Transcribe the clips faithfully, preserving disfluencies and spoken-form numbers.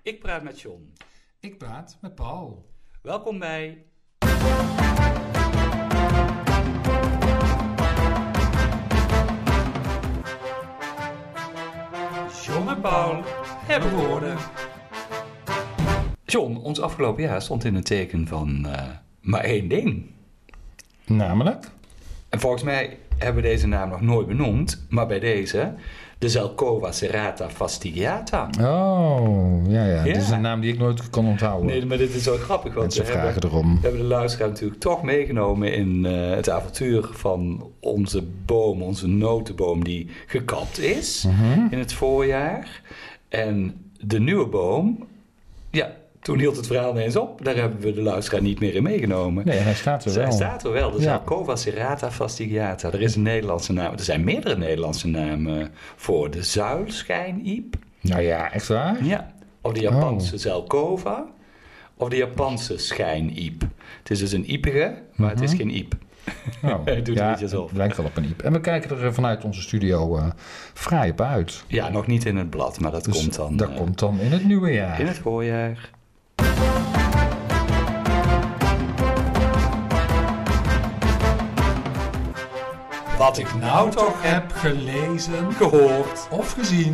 Ik praat met John. Ik praat met Paul. Welkom bij... John en Paul hebben woorden. John, ons afgelopen jaar stond in het teken van uh, maar één ding. Namelijk? En volgens mij hebben we deze naam nog nooit benoemd, maar bij deze... de Zelkova serrata fastigiata. Oh, ja, ja. ja. Dit is een naam die ik nooit kon onthouden. Nee, maar dit is zo grappig. Want Mensen we vragen hebben, erom. We hebben de luisteraar natuurlijk toch meegenomen in uh, het avontuur van onze boom, onze notenboom die gekapt is Mm-hmm. in het voorjaar. En de nieuwe boom, ja, toen hield het verhaal ineens op. Daar hebben we de luisteraar niet meer in meegenomen. Nee, hij staat er Zij wel. staat er wel. De Ja. Zelkova serrata fastigiata. Er is een Nederlandse naam. Er zijn meerdere Nederlandse namen voor. De zuilschijniep. Nou ja, echt waar? Ja. Of de Japanse Oh. Zelkova. Of de Japanse schijniep. Het is dus een iepige, maar het is geen iep. Oh. Het doet ja, er iets alsof. het lijkt wel op een iep. En we kijken er vanuit onze studio uh, fraai op uit. Ja, nog niet in het blad, maar dat Dus komt dan... dat uh, komt dan in het nieuwe jaar. in het voorjaar. Wat ik nou toch heb gelezen gehoord. of gezien.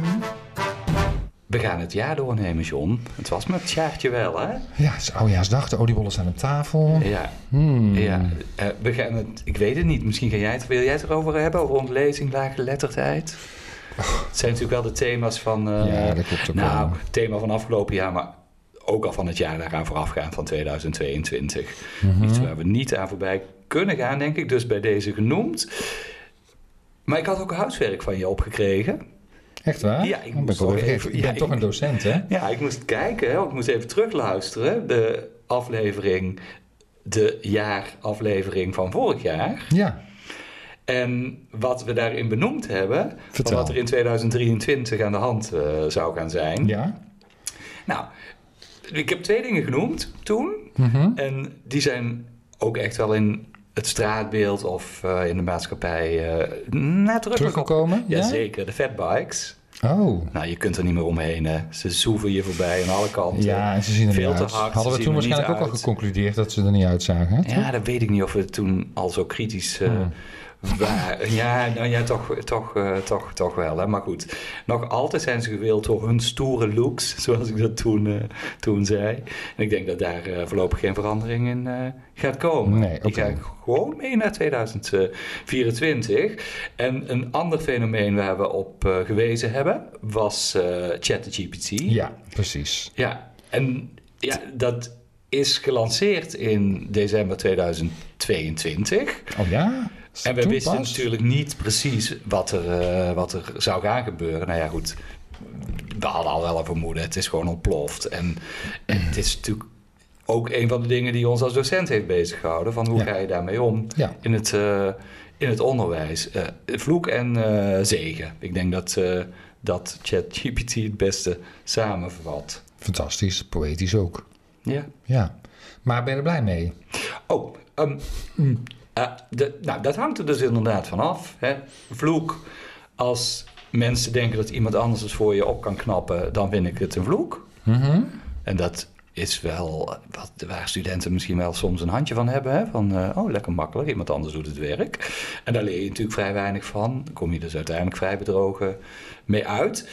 We gaan het jaar doornemen, John. Het was me het jaartje wel, hè? Ja, het is oudejaarsdag. De oliebollen staan op tafel. Ja, Hmm. ja. Uh, we gaan het... Ik weet het niet. Misschien ga jij het... Wil jij het erover hebben? Over ontlezing, laaggeletterdheid? Het zijn natuurlijk wel de thema's van... Uh, Ja, dat klopt ook Nou, wel. het thema van afgelopen jaar, maar ook al van het jaar daaraan voorafgaand van tweeduizend tweeëntwintig. Mhm. Iets waar we niet aan voorbij kunnen gaan, denk ik. Dus bij deze genoemd. Maar ik had ook huiswerk van je opgekregen. Echt waar? Ja, ik Oh, ben moest ik wel toch even, even- je ja, bent toch ik- een docent, hè? Ja, ik moest kijken. Hè? Ik moest even terugluisteren. De aflevering, de jaaraflevering van vorig jaar. Ja. En wat we daarin benoemd hebben, van Vertel. wat er in tweeduizend drieëntwintig aan de hand uh, zou gaan zijn. Ja. Nou, ik heb twee dingen genoemd toen. Mhm. En die zijn ook echt wel in het straatbeeld of uh, in de maatschappij uh, nadrukkelijk op. Teruggekomen? Ja? Jazeker, de fatbikes. Oh. Nou, je kunt er niet meer omheen, hè. Ze zoeven je voorbij aan alle kanten. Ja, en ze zien er Veel niet te uit. hard, Hadden ze we zien toen er waarschijnlijk niet ook al uit. geconcludeerd dat ze er niet uitzagen, hè? Ja, dat weet ik niet of we toen al zo kritisch uh, Hmm. waren. Ja, nou ja, toch, toch, uh, toch, toch wel. Hè. Maar goed, nog altijd zijn ze gewild door hun stoere looks, zoals ik dat toen, uh, toen zei. En ik denk dat daar uh, voorlopig geen verandering in uh, gaat komen. Nee, Die oké. gaan gewoon mee naar tweeduizend vierentwintig. En een ander fenomeen waar we op uh, gewezen hebben, was uh, ChatGPT. Ja, precies. Ja, en ja, dat is gelanceerd in december tweeduizend tweeëntwintig. Oh ja? En we Toen wisten pas? natuurlijk niet precies wat er, uh, wat er zou gaan gebeuren. Nou ja, goed, we hadden al wel een vermoeden. Het is gewoon ontploft. En, en het is natuurlijk ook een van de dingen die ons als docent heeft beziggehouden. Van hoe Ja. ga je daarmee om Ja. in het, uh, in het onderwijs. Uh, vloek en uh, zegen. Ik denk dat, uh, dat ChatGPT het beste samenvat. Fantastisch, poëtisch ook. Ja. Ja. Maar ben je er blij mee? Oh, um, mm, uh, de, nou, dat hangt er dus inderdaad van af. Hè. Vloek, als mensen denken dat iemand anders het voor je op kan knappen, dan vind ik het een vloek. Mhm. En dat is wel wat, waar studenten misschien wel soms een handje van hebben. Hè? Van, uh, oh, lekker makkelijk, iemand anders doet het werk. En daar leer je natuurlijk vrij weinig van. Dan kom je dus uiteindelijk vrij bedrogen mee uit.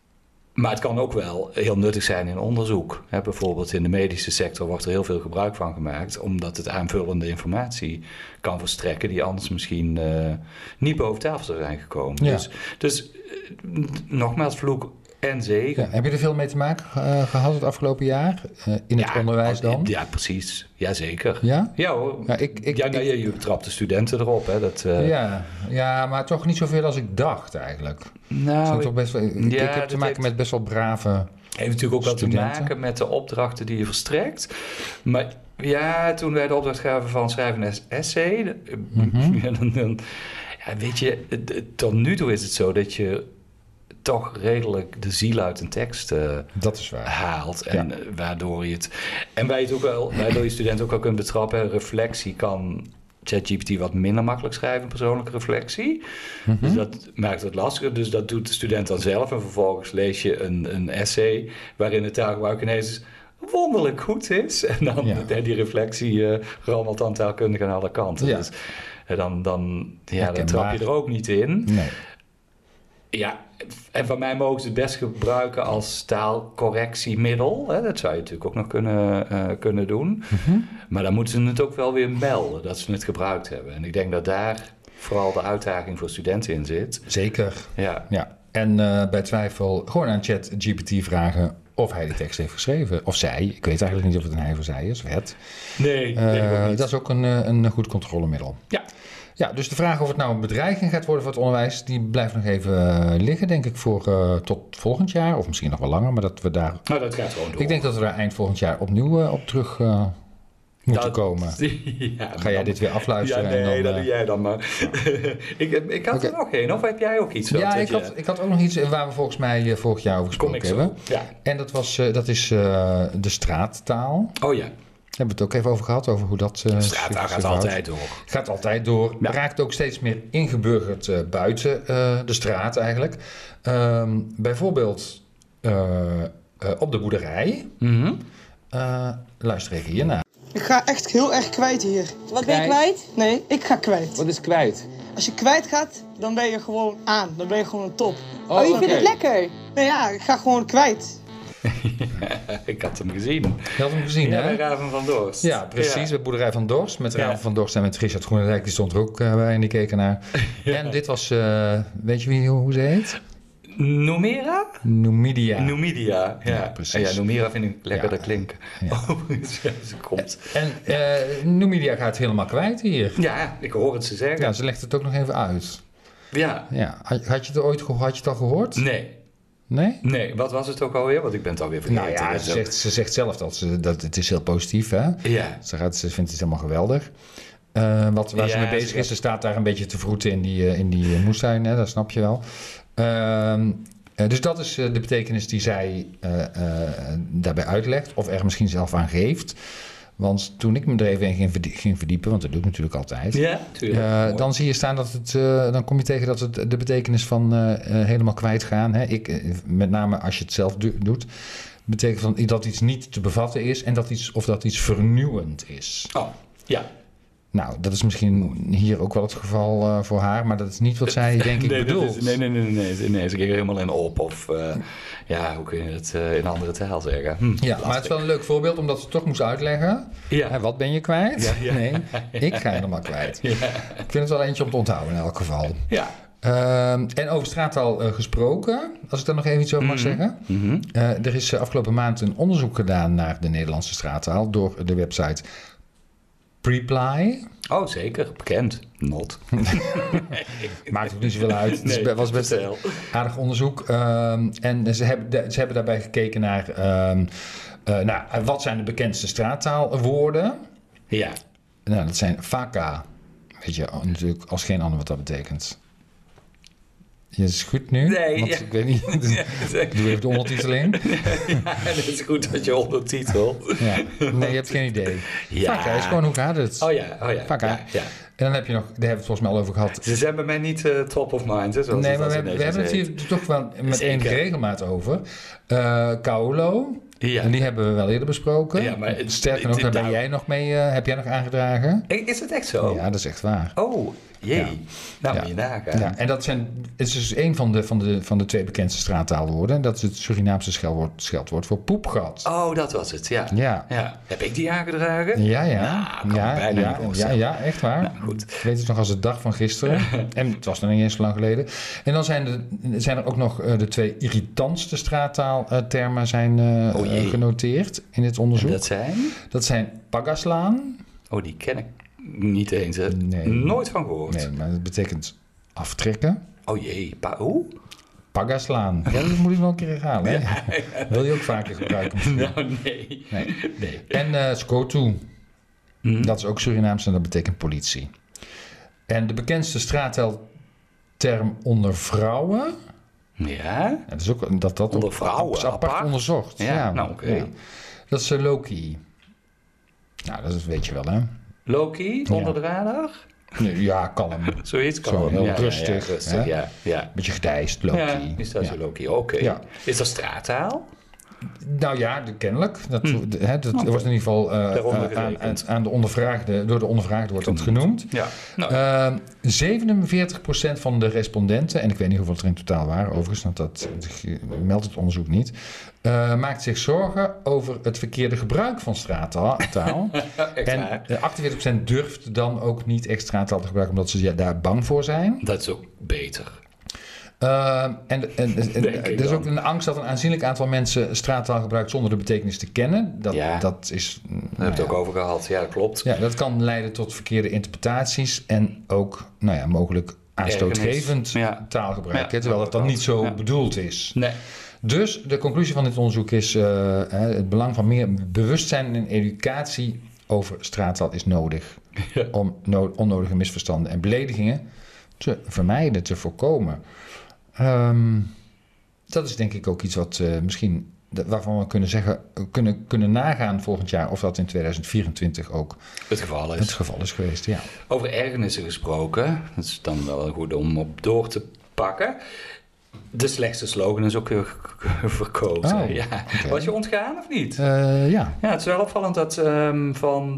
Maar het kan ook wel heel nuttig zijn in onderzoek. Hè, bijvoorbeeld in de medische sector wordt er heel veel gebruik van gemaakt, omdat het aanvullende informatie kan verstrekken die anders misschien uh, niet boven tafel zou zijn gekomen. Ja. Dus, dus uh, nogmaals, vloek en zegen. Ja, heb je er veel mee te maken uh, gehad het afgelopen jaar? Uh, in het Ja, onderwijs dan? Ja, precies. Jazeker. Ja? Ja hoor. Ja, ik, ik, ja, nou, ik- je, je betrapt de studenten erop. Hè, dat, uh, ja, ja, maar toch niet zoveel als ik dacht eigenlijk. nou, Zijn toch best wel, ik, ja, ik heb te dat maken heeft- met best wel brave... heeft natuurlijk ook wel te studenten. maken met de opdrachten die je verstrekt. Maar ja, toen wij de opdracht gaven van schrijven een essay, de- Mhm. ja, dan, dan, ja, weet je, het- het- tot nu toe is het zo dat je toch redelijk de ziel uit een tekst uh, Dat is waar. haalt. En Ja. uh, waardoor je het. En waar je het ook wel, waardoor je studenten ook wel kunt betrappen, reflectie kan ChatGPT wat minder makkelijk schrijven, persoonlijke reflectie. Mm-hmm. Dus dat maakt het lastiger. Dus dat doet de student dan zelf. En vervolgens lees je een, een essay waarin het taalgebruik ineens wonderlijk goed is. En dan ja. die reflectie uh, rammelt dan taalkundig aan alle kanten. Ja. Dus uh, dan, dan, ja, dan trap je er ook niet in. Nee. Ja, en van mij mogen ze het best gebruiken als taalcorrectiemiddel. Hè? Dat zou je natuurlijk ook nog kunnen, uh, kunnen doen. Mm-hmm. Maar dan moeten ze het ook wel weer melden dat ze het gebruikt hebben. En ik denk dat daar vooral de uitdaging voor studenten in zit. Zeker. Ja. ja. En uh, bij twijfel gewoon aan ChatGPT vragen of hij de tekst heeft geschreven. Of zij. Ik weet eigenlijk niet of het een hij of zij is. Of het. Nee, uh, nee dat is ook een, een goed controlemiddel. Ja. Ja, dus de vraag of het nou een bedreiging gaat worden voor het onderwijs, die blijft nog even uh, liggen, denk ik, voor uh, tot volgend jaar. Of misschien nog wel langer, maar dat we daar... Nou, dat gaat gewoon door. Ik denk dat we daar eind volgend jaar opnieuw uh, op terug uh, moeten dat, komen. Ja, Ga jij dan, dit weer afluisteren? Ja, nee, en dan, dat uh, doe jij dan maar. ik, ik had okay. er nog één, of heb jij ook iets? Ja, ik je... had, ik had ook nog iets waar we volgens mij uh, vorig jaar over gesproken hebben. Ja. En dat, was, uh, dat is uh, de straattaal. Oh ja. Hebben we het ook even over gehad, over hoe dat... Uh, de straattaal gaat altijd door. Gaat altijd door. Ja. Raakt ook steeds meer ingeburgerd uh, buiten uh, de straat eigenlijk. Um, bijvoorbeeld uh, uh, op de boerderij. Mm-hmm. Uh, luister even hiernaar. Ik ga echt heel erg kwijt hier. Wat ben je kwijt? Nee, ik ga kwijt. Wat is kwijt? Als je kwijt gaat, dan ben je gewoon aan. Dan ben je gewoon top. Oh, oh je okay. vindt het lekker? Nee, ja, ik ga gewoon kwijt. Ja, ik had hem gezien. Je had hem gezien, ja, hè? Bij Raven van Dorst. Ja, precies. Ja. De boerderij van Dorst. Met Raven ja. van Dorst en met Richard Groenendijk. Die stond er ook uh, bij en die keken naar. Ja. En dit was, uh, weet je wie, hoe ze heet? Numera? Numidia. Numidia, ja. ja precies. Ja, Numera vind ik lekkerder ja. klinken. Ja. Oh, ze komt. En uh, Numidia gaat helemaal kwijt hier. Ja, ik hoor het ze zeggen. Ja, ze legt het ook nog even uit. Ja. ja. Had, had je het ooit had je het al gehoord? Nee. Nee? Nee, wat was het ook alweer? Want ik ben het alweer vergeten. Nou ja, ze zegt, ze zegt zelf dat, ze, dat het is heel positief, hè? Ja. Ze, gaat, ze vindt het helemaal geweldig. Uh, wat, waar ja, ze mee bezig ze is, ze staat daar een beetje te vroeten in die, uh, in die uh, moestuin, hè? Dat snap je wel. Uh, uh, dus dat is uh, de betekenis die zij uh, uh, daarbij uitlegt, of er misschien zelf aan geeft. Want toen ik me er even in ging verdiepen, want dat doe ik natuurlijk altijd. Ja, tuurlijk. Uh, dan zie je staan dat het, uh, dan kom je tegen dat het de betekenis van uh, uh, helemaal kwijtgaan. Hè? Ik, uh, met name als je het zelf do- doet, betekent van dat iets niet te bevatten is en dat iets, of dat iets vernieuwend is. Oh, ja. Nou, dat is misschien hier ook wel het geval uh, voor haar, maar dat is niet wat zij denk ik nee, bedoelt. Is, nee, nee, nee, nee, nee, nee, ze ging er helemaal in op. Of uh, ja, hoe kun je het uh, in andere taal zeggen? Hm, ja, lastig. Maar het is wel een leuk voorbeeld, omdat ze toch moest uitleggen. Ja. Hè, wat ben je kwijt? Ja, ja. Nee, ik ga helemaal kwijt. Ja. Ik vind het wel eentje om te onthouden in elk geval. Ja. Uh, en over straattaal uh, gesproken, als ik daar nog even iets over mag mm-hmm. zeggen. Mm-hmm. Uh, er is uh, afgelopen maand een onderzoek gedaan naar de Nederlandse straattaal door de website Preply. Oh, zeker. Bekend. Not. Maakt ook niet zoveel uit. Nee, het was best een aardig onderzoek. Uh, en ze hebben, ze hebben daarbij gekeken naar... Uh, uh, nou, wat zijn de bekendste straattaalwoorden? Ja. Nou, dat zijn vaka. Weet je natuurlijk als geen ander wat dat betekent. Je is goed nu? Nee. Want ja. ik weet niet. Dus doe even de ondertiteling. Ja, het is goed dat je ondertitelt. Ja. Nee, je hebt geen idee. Ja. Vaka is gewoon hoe gaat het? Oh ja, oh ja. Vaka. Ja, ja. En dan heb je nog, daar hebben we het volgens mij al over gehad. Ze zijn bij mij niet uh, top of mind. Hè, zoals nee, maar we, hebben, we hebben het hier toch wel met enige regelmaat over. Uh, Kaulo. Ja. En die hebben we wel eerder besproken. Ja, maar het, Sterker nog, daar ben jij nog mee, uh, heb jij nog aangedragen. Is het echt zo? Ja, dat is echt waar. Oh, jee. Ja. Nou, ja. moet je nagaan. Ja, en dat zijn, het is dus een van de, van, de, van de twee bekendste straattaalwoorden. En dat is het Surinaamse scheldwoord, scheldwoord voor poepgat. Oh, dat was het, ja. Ja. ja. Heb ik die aangedragen? Ja, ja. Nou, ja, bijna ja, ja, ja, echt waar. Nou, goed. Ik weet het nog als de dag van gisteren. En het was nog niet eens zo lang geleden. En dan zijn, de, zijn er ook nog uh, de twee irritantste straattaaltermen zijn uh, oh, uh, genoteerd in dit onderzoek. En dat zijn? Dat zijn pagaslaan. Oh, die ken ik niet eens. Hè? Nee. Nooit van gehoord. Nee, maar dat betekent aftrekken. Oh jee, pa- hoe? Pagaslaan. Ja, dat moet ik nog een keer herhalen. Hè? Ja, ja. Wil je ook vaker gebruiken misschien? Nou, nee. nee. nee. En uh, Skotu. Mm. Dat is ook Surinaams en dat betekent politie. En de bekendste straattaalterm onder vrouwen... Ja? Dat is ook dat dat onder vrouwen, apart, apart onderzocht. Ja, ja. nou oké. Okay. Ja. Dat is uh, Loki. Nou, dat weet je wel, hè? Low-key, onder de radar? Ja, kalm. Zoiets Zo, kalm. heel ja, rustig. Ja, ja, rustig, hè? ja, ja. Beetje gedijst, low-key. Ja, is dat Ja. zo low-key? Oké. Okay. Ja. Is dat straattaal? Nou ja, de, kennelijk. Dat, Hm. de, hè, dat Oh, wordt in ieder geval uh, daaronder uh, aan, gerekend. aan de ondervraagde, door de ondervraagde wordt dat genoemd. Ja. Nou. Uh, zevenenveertig procent van de respondenten, en ik weet niet hoeveel er in totaal waren overigens, want dat, dat meldt het onderzoek niet, uh, maakt zich zorgen over het verkeerde gebruik van straattaal. En uh, achtenveertig procent durft dan ook niet echt straattaal te gebruiken omdat ze ja, daar bang voor zijn. Dat is ook beter. Uh, en en, en er is ook een angst dat een aanzienlijk aantal mensen straattaal gebruikt zonder de betekenis te kennen. Dat, ja, dat is. Daar nou hebben we het ja. ook over gehad. Ja, dat klopt. Ja, dat kan leiden tot verkeerde interpretaties en ook, nou ja, mogelijk aanstootgevend ja. taalgebruik. Ja, terwijl dat dan niet zo ja. bedoeld is. Nee. Dus de conclusie van dit onderzoek is uh, het belang van meer bewustzijn en educatie over straattaal is nodig. Ja. Om no- onnodige misverstanden en beledigingen te vermijden, te voorkomen. Um, dat is denk ik ook iets wat uh, misschien waarvan we kunnen zeggen, kunnen, kunnen nagaan volgend jaar of dat in tweeduizend vierentwintig ook het geval is. Het geval is geweest, ja. Over ergernissen gesproken, dat is dan wel goed om op door te pakken. De slechtste slogan is ook weer verkozen. Oh, ja. Okay. Was je ontgaan of niet? Uh, ja. Ja, het is wel opvallend dat um, van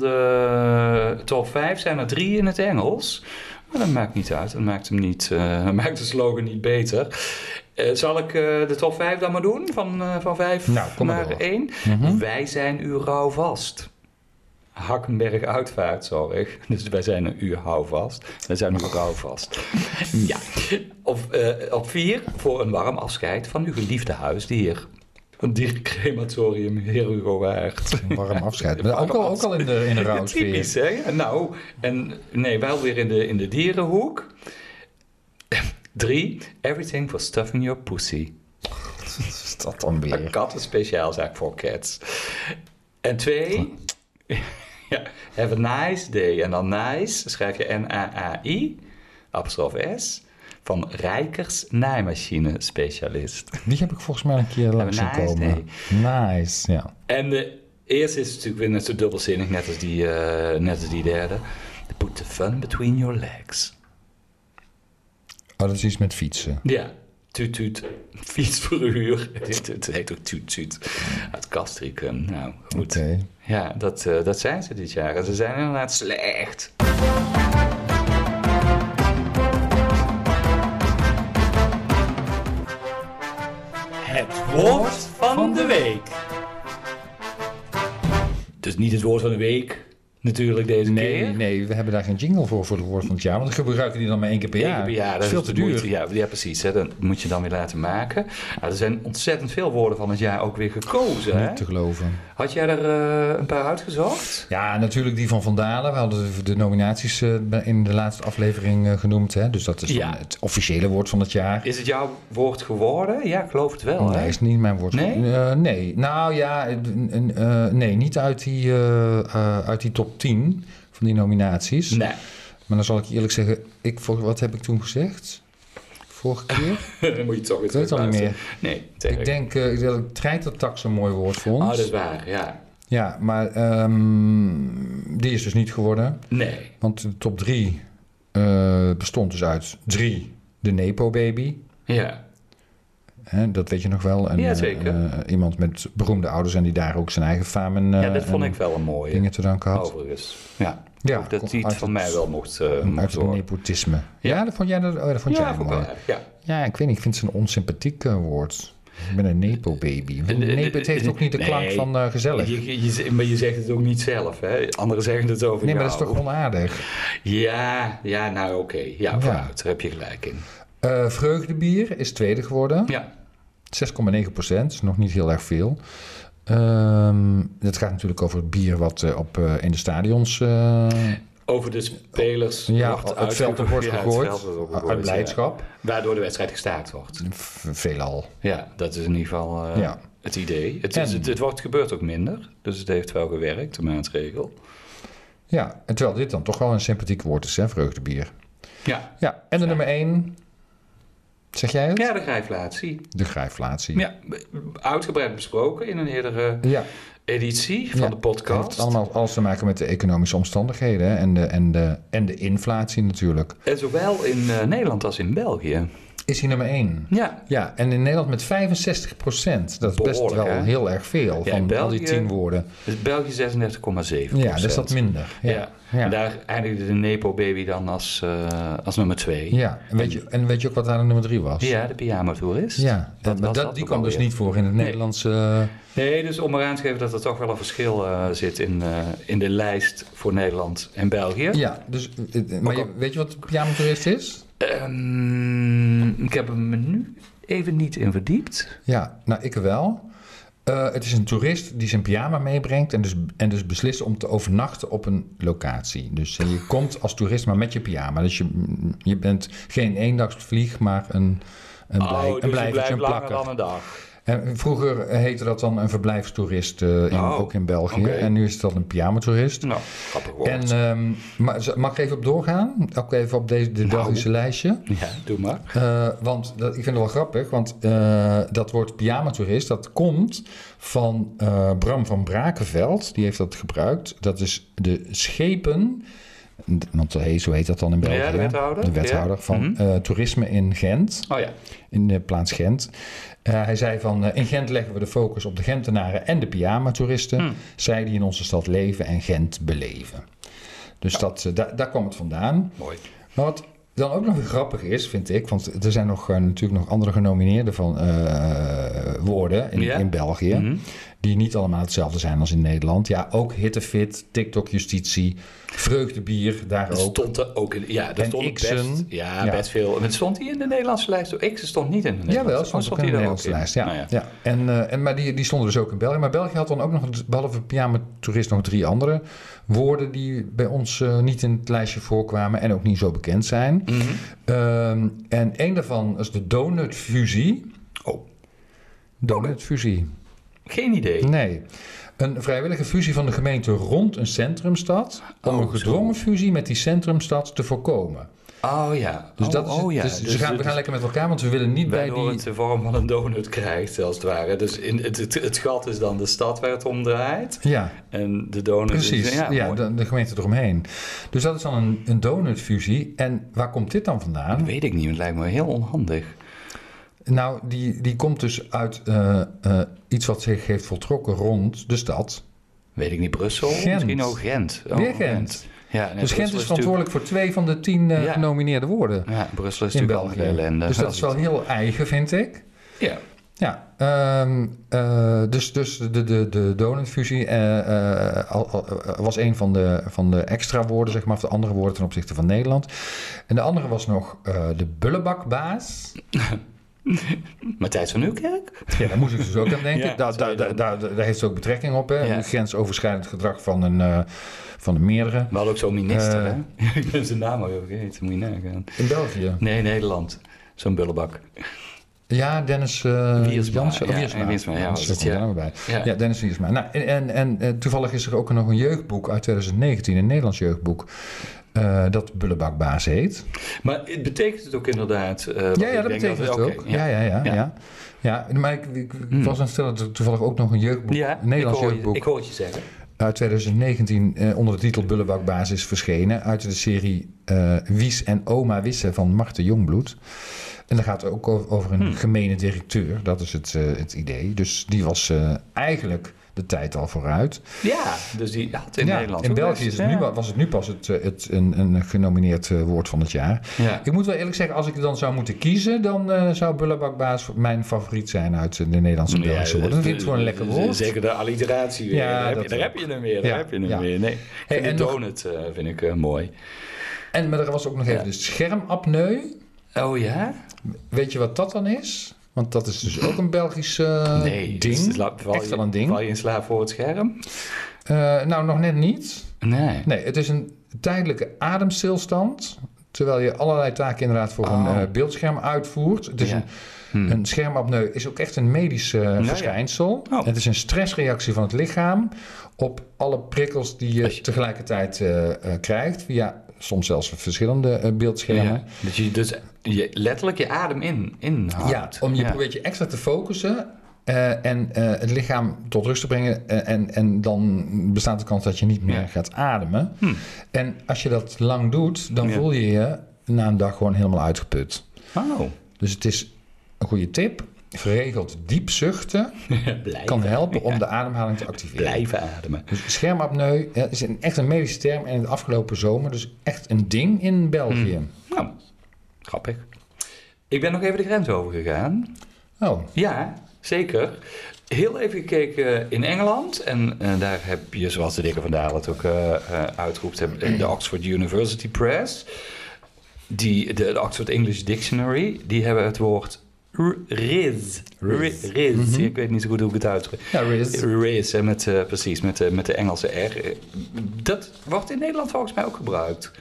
de top vijf zijn er drie in het Engels. Maar dat maakt niet uit. Dat maakt, hem niet, uh, dat maakt de slogan niet beter. Uh, zal ik uh, de top vijf dan maar doen? Van, uh, van vijf nou, kom maar naar één. Mm-hmm. Wij zijn u rouwvast. Hakkenberg Uitvaartzorg. Dus wij zijn een u houvast. Wij zijn u rouwvast. Ja. Op, uh, op vier, voor een warm afscheid van uw geliefde huisdier. Een diercrematorium, Heer Hugo Waard. Een warm afscheid. Maar ook, al, ook al in de, in de rouwsfeer. Typisch, hè? Nou, en nee, wel weer in de, in de dierenhoek. Drie, everything for stuffing your pussy. Wat is dat dan weer? Een kattenspeciaalzaak voor cats. En twee, ja, have a nice day. En dan nice, schrijf je N A A I, apostrof S, van Rijkers Naaimachine Specialist. Die heb ik volgens mij een keer langs zien nice komen. Day. Nice, ja. En de eerste is natuurlijk weer net zo dubbelzinnig, net als die, uh, net als die derde. Put the fun between your legs. Oh, dat is iets met fietsen. Ja, tuut tuut, fietsverhuur. Het heet ook tuut tuut. Uit Castricum. Nou, goed. Okay. Ja, dat, uh, dat zijn ze dit jaar. En ze zijn inderdaad slecht. Het woord van de week. Dus niet het woord van de week, natuurlijk deze nee, keer. Nee, we hebben daar geen jingle voor voor het woord van het jaar. Want we gebruiken die dan maar één keer per jaar. Per jaar, dat, dat is veel te duur. Moeite, ja, ja, precies. Hè. Dat moet je dan weer laten maken. Nou, er zijn ontzettend veel woorden van het jaar ook weer gekozen. Niet hè? te geloven. Had jij er uh, een paar uitgezocht? Ja, natuurlijk die van Van Dalen. We hadden de nominaties uh, in de laatste aflevering uh, genoemd. Hè? Dus dat is ja. het officiële woord van het jaar. Is het jouw woord geworden? Ja, ik geloof het wel. Nee, hè? is niet mijn woord. Nee? Uh, nee. Nou ja, uh, uh, nee, niet uit die, uh, uh, uit die top tien van die nominaties. Nee. Maar dan zal ik je eerlijk zeggen, ik, wat heb ik toen gezegd? Vorige keer? Dan moet je toch weer ik weet het al niet meer. Nee, ik denk uh, dat ik treitertax een mooi woord vond. Oh, dat is waar, ja. Ja, maar um, die is dus niet geworden. Nee. Want de top drie uh, bestond dus uit drie, de Nepo-baby. Ja. Hè, dat weet je nog wel. En, ja, zeker. Uh, iemand met beroemde ouders en die daar ook zijn eigen famen... Uh, ja, dat vond ik wel een mooie. Dingen te danken had. Overigens, ja. Ja, ook dat die het van mij wel mocht, uh, Uit mocht het nepotisme. Ja. ja, dat vond jij, dat, oh, dat vond ja, jij vond mooi. Wel, ja. ja, ik weet niet, ik vind het een onsympathiek uh, woord. Ik ben een nepo-baby. Nepo, het heeft ook niet de klank nee, van uh, gezellig. Je, je, maar je zegt het ook niet zelf, hè? Anderen zeggen het over nee, jou. Nee, maar dat is toch onaardig? Ja, ja nou oké. Okay. Ja, ja. Vooruit, daar heb je gelijk in. Uh, Vreugdebier is tweede geworden. Ja. zes komma negen procent, is nog niet heel erg veel. Um, het gaat natuurlijk over het bier wat uh, op, uh, in de stadions... Uh, over de spelers ja, wordt het veld wordt ja, gegooid, het veld wordt uit blijdschap. Ja. Waardoor de wedstrijd gestaakt wordt. Veelal. Ja, dat is in ieder geval uh, ja. het idee. Het, is, het, het wordt gebeurt ook minder, dus het heeft wel gewerkt, de maatregel. Ja, en terwijl dit dan toch wel een sympathiek woord is, hè, vreugdebier. Ja. Ja, en de ja. nummer één... Zeg jij het? Ja, de grijflatie. De grijflatie. Ja, uitgebreid besproken in een eerdere, ja. editie van Ja, de podcast. Het heeft allemaal alles te maken met de economische omstandigheden hè, en, de, en, de, en de inflatie natuurlijk. En zowel in uh, Nederland als in België. Is hij nummer één? Ja. Ja, en in Nederland met vijfenzestig procent. Dat is best Behoorlijk, wel hè? heel erg veel Ja, van België, al die tien woorden. Dus België zesendertig komma zeven procent. Ja, dus dat minder. Ja. Ja. Ja. En daar eindigde de Nepo-baby dan als, uh, als nummer twee. Ja, en weet, je, en weet je ook wat daar de nummer drie was? Ja, de pyjama-toerist. Ja, Dat maar was dat, dat die ook kwam dus alweer. niet voor in het Nee. Nederlandse... Uh, Nee, dus om maar aan te geven dat er toch wel een verschil uh, zit in, uh, in de lijst voor Nederland en België. ja, dus, uh, maar je, weet je wat de pyjama-toerist is? Um, ik heb hem er nu even niet in verdiept. Ja, nou ik wel. Uh, het is een toerist die zijn pyjama meebrengt en dus, en dus beslist om te overnachten op een locatie. Dus uh, je komt als toerist maar met je pyjama. Dus je, je bent geen eendagsvlieg, maar een, een, blij, oh, een dus blijvertje, je een blijft langer plakker. dan een dag. En vroeger heette dat dan een verblijfstoerist, uh, in, Oh, ook in België. okay. En nu is het dan een pyjama-toerist. Nou, grappig woord. En, um, maar, mag ik even op doorgaan? Ook even op deze, dit Nou. Belgische lijstje. Ja, doe maar. Uh, want dat, ik vind het wel grappig, want uh, dat woord pyjama-toerist, dat komt van uh, Bram van Brakenveld. Die heeft dat gebruikt. Dat is de schepen, want hey, zo heet dat dan in België. Ja, de wethouder. De wethouder Ja. van Mm-hmm. uh, toerisme in Gent. Oh ja. In de plaats Gent. Uh, hij zei van, uh, in Gent leggen we de focus op de Gentenaren en de pyjama-toeristen. Hmm. Zij die in onze stad leven en Gent beleven. Dus Ja. dat, uh, da- daar kwam het vandaan. Mooi. Maar wat dan ook nog weer grappig is, vind ik... want er zijn nog, uh, natuurlijk nog andere genomineerden van uh, woorden in, Ja. in België... Mm-hmm. die niet allemaal hetzelfde zijn als in Nederland. Ja, ook hittefit, TikTok-justitie, vreugdebier, daar Het ook. stond er ook in. Ja, er En stond Xen. best, ja, Ja. best veel. En het stond hij in de Nederlandse lijst? Oh, Xen stond niet in de Nederlandse Jawel, lijst. stond Oh, ook in de hij daar Nederlandse ook in? lijst. Ja, Nou ja. ja. En, uh, en, maar die, die stonden dus ook in België. Maar België had dan ook nog, behalve pyjama-toerist, nog drie andere woorden... die bij ons uh, niet in het lijstje voorkwamen en ook niet zo bekend zijn. Mm-hmm. Um, en één daarvan is de donutfusie. Oh, Donutfusie. geen idee. Nee. Een vrijwillige fusie van de gemeente rond een centrumstad... om Oh, een gedwongen zo. fusie met die centrumstad te voorkomen. Oh ja. Dus oh, dat is het, oh, ja. dus, Dus ze gaan, we het- gaan lekker met elkaar, want we willen niet bij Waardoor die... het de vorm van een donut krijgt, als het ware. Dus in het, het, het gat is dan de stad waar het om draait. Ja, En de donut precies. is... Ja, Ja, mooi. de, de gemeente eromheen. Dus dat is dan een, een donutfusie. En waar komt dit dan vandaan? Dat weet ik niet, het lijkt me heel onhandig. Nou, die, die komt dus uit uh, uh, iets wat zich heeft voltrokken rond de stad. Weet ik niet, Brussel? Gent. Misschien ook Gent. Oh, Weer Gent. Ja, nee, Dus Brussel Gent is verantwoordelijk voor twee van de tien uh, Ja. genomineerde woorden natuurlijk- Ja, Brussel is in natuurlijk België. al een ellende. Dus dat Als is wel het- heel eigen, vind ik. Ja. Ja, um, uh, dus, dus de, de, de donutfusie uh, uh, al, al, was een van de, van de extra woorden, zeg maar, of de andere woorden ten opzichte van Nederland. En de andere was nog uh, de bullebakbaas. Matthijs van Nieuwkerk? Ja, daar moest ik dus ook aan denken. Ja, daar, zou je daar, daar, daar, daar heeft het ook betrekking op, hè? Ja. Een grensoverschrijdend gedrag van een, uh, van een meerdere. We hadden ook zo'n minister, Uh, hè? Ik ben zijn naam al vergeten, moet je nagaan. In België. Nee, Nederland. Zo'n bullebak. Ja, Dennis uh, Wiersma, Jansen. ja, Oh, Wiersma. Wiersma, ja, Dat was is het, er ja. ja. bij. Ja. Ja, Dennis Wiersma. Nou, en, en, en uh, toevallig is er ook nog een jeugdboek uit twintig negentien, een Nederlands jeugdboek, uh, dat Bullebakbaas heet. Maar het betekent het ook inderdaad... Uh, wat Ja, ja, ik dat denk betekent het oké, ook. Ja, ja, ja. ja. ja. ja maar ik, ik, ik Hmm. was aan het stellen dat er toevallig ook nog een jeugdboek, Ja, een Nederlands ik hoor, je, jeugdboek, ik hoor het je zeggen. uit twintig negentien uh, onder de titel Bullebakbaas is verschenen. Uit de serie uh, Wies en Oma Wissen van Marten Jongbloed. En dan gaat het ook over een Hmm. gemene directeur. Dat is het, uh, het idee. Dus die was uh, eigenlijk de tijd al vooruit. Ja, dus die had in ja, Nederland in ook België best, is het ja. nu, was het nu pas het, het, een, een genomineerd uh, woord van het jaar. Ja. Ik moet wel eerlijk zeggen, als ik dan zou moeten kiezen, dan uh, zou Bullebakbaas mijn favoriet zijn uit de Nederlandse en Belgische Ja, woorden. Dat vind ik gewoon een lekker woord. Zeker de alliteratie weer. Ja, daar heb, dat je, daar ook. heb je hem weer. Daar Ja, heb je hem ja. weer. Nee, Hey, en de en nog- donut uh, vind ik uh, mooi. En maar er was ook nog even Ja. de schermapneu. Oh ja? Weet je wat dat dan is? Want dat is dus ook een Belgisch uh, Nee. ding. Dus, la- val Echt je- wel een ding. Val je in slaap voor het scherm? Uh, nou, nog net niet. Nee. Nee, het is een tijdelijke ademstilstand. Terwijl je allerlei taken inderdaad voor Oh. een uh, beeldscherm uitvoert. Het is Ja. een, Hm. een schermapneu is ook echt een medisch uh, ja. verschijnsel. Oh. Het is een stressreactie van het lichaam op alle prikkels die je Als je- tegelijkertijd uh, uh, krijgt. Via soms zelfs verschillende uh, beeldschermen. Ja. Dat je dus je letterlijk je adem in, inhoudt. Ja, om je Ja. probeert je extra te focussen. Uh, en uh, het lichaam tot rust te brengen. Uh, en, en dan bestaat de kans dat je niet meer ja. gaat ademen. Hm. En als je dat lang doet, dan ja. voel je je na een dag gewoon helemaal uitgeput. Oh. Dus het is een goede tip. Geregeld diep zuchten kan helpen om ja. de ademhaling te activeren. Blijven ademen. Dus schermapneu is een, echt een medische term. En in de afgelopen zomer dus echt een ding in België. Hmm. Nou, grappig. Ik ben nog even de grens overgegaan. Oh. Ja, zeker. Heel even gekeken in Engeland. En uh, daar heb je, zoals de dikke Van Dalen het ook uh, uh, uitroept, de Oxford University Press. Die, de, de Oxford English Dictionary, die hebben het woord Riz. Riz. Riz. Mm-hmm. Ik weet niet zo goed hoe ik het uitspreek. Ja, Riz. Riz, met, uh, precies, met, uh, met de Engelse R. Dat wordt in Nederland volgens mij ook gebruikt.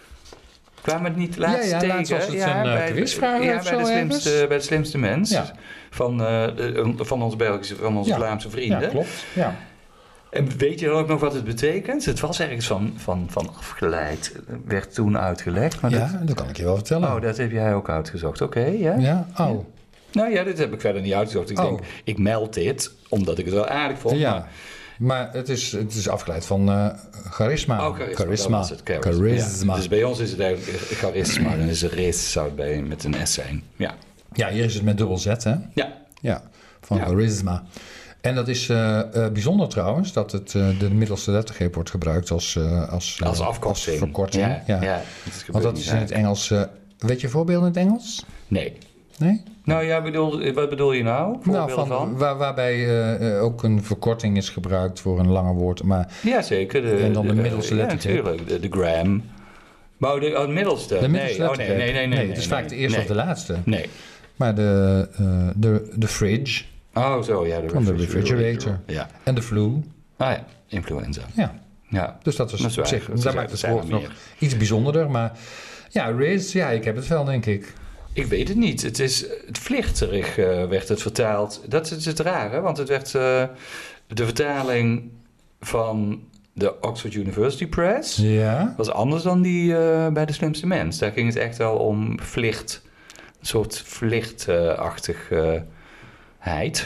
Kwamen het niet laatst ja, ja, tegen? Laatst was het ja, een uh, bij, quizvraag ja, of bij, zo de slimste, bij de slimste mens. Ja. Van, uh, van onze Belgische, van onze ja. Vlaamse vrienden. Ja, klopt. Ja. En weet je dan ook nog wat het betekent? Het was ergens van, van, van afgeleid. Werd toen uitgelegd. Maar ja, dat... dat kan ik je wel vertellen. Oh, dat heb jij ook uitgezocht. Oké, okay, ja. Ja, oh. Ja. Nou ja, dit heb ik verder niet uitgezocht. Ik oh. denk, ik meld dit, omdat ik het wel aardig vond. Ja, maar, maar het, is, het is afgeleid van uh, charisma. Oh, charisma. Charisma. Dat was het, charisma. charisma. Ja, dus bij ons is het eigenlijk charisma. Dan is het race, zou het bij, met een S zijn. Ja. Ja, hier is het met dubbel Z, hè? Ja. Ja, van ja. charisma. En dat is uh, uh, bijzonder trouwens, dat het, uh, de middelste lettergreep wordt gebruikt als, uh, als, uh, als afkorting. Als verkorting. Ja, ja. ja, dat want dat is in het Engels... Uh, weet je voorbeelden in het Engels? Nee. Nee? Nou ja, bedoel, wat bedoel je nou? Nou, van, van? Waar, waarbij uh, ook een verkorting is gebruikt voor een langer woord. Maar, ja, zeker. De, en dan de, de middelste lettergreep. Ja, natuurlijk. De, de gram. Maar de, oh, de middelste? De middelste nee. lettergreep. Oh, nee, nee, nee, nee, nee, nee. Het is nee, vaak de eerste nee. of de laatste. Nee. Maar de, uh, de, de fridge. Oh, zo, ja. De van de refrigerator. Ja. En de flu. Ah ja, influenza. Ja. ja. Dus dat was dat is op zich, daar maakt het woord nog iets bijzonderder. Maar ja, Riz, ja, ik heb het wel, denk ik. Ik weet het niet. Het is het vlichterig uh, werd het vertaald. Dat is het rare, want het werd uh, de vertaling van de Oxford University Press ja. was anders dan die uh, bij de slimste mens. Daar ging het echt wel om vlicht, een soort vlichtachtig uh, heid.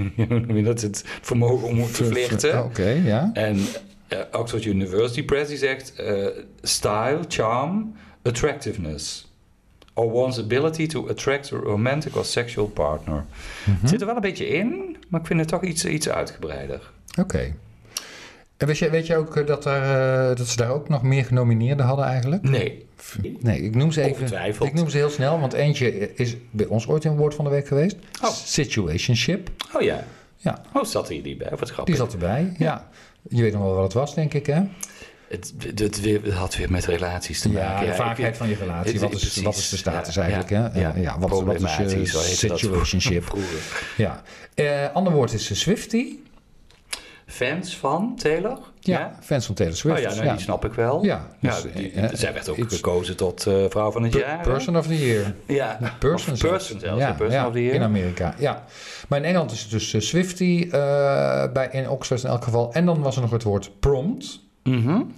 dat het vermogen om te vlichten. Oké, okay, ja. En uh, Oxford University Press die zegt uh, style, charm, attractiveness. Or one's ability to attract a romantic or sexual partner. Mm-hmm. Het zit er wel een beetje in, maar ik vind het toch iets, iets uitgebreider. Oké. Okay. En weet je, weet je ook dat, er, uh, dat ze daar ook nog meer genomineerden hadden eigenlijk? Nee. Nee, ik noem ze even. Ik noem ze heel snel, want eentje is bij ons ooit een woord van de week geweest. Oh. Situationship. Oh ja. Ja. Oh, zat er die bij? Wat grappig. Die zat erbij, ja. ja. Je weet nog wel wat het was, denk ik, hè? Het, het, het, het had weer met relaties te maken. Ja, de vaakheid van je relatie. Wat is, wat is de status ja, eigenlijk? Ja, hè? Ja, ja, wat, wat is je situationship? Ja. Uh, ander woord is Swiftie. Fans van Taylor? Ja, ja, fans van Taylor Swift. Oh ja, nou, ja, die snap ik wel. Ja, dus, ja die, uh, zij werd ook gekozen tot uh, vrouw van het per, jaar. Person of the year. Ja, person, of person zelfs. Ja, person ja, of the year. in Amerika, ja. Maar in Engeland is het dus uh, Swiftie, uh, bij, in Oxford in elk geval. En dan was er nog het woord prompt. Mm-hmm.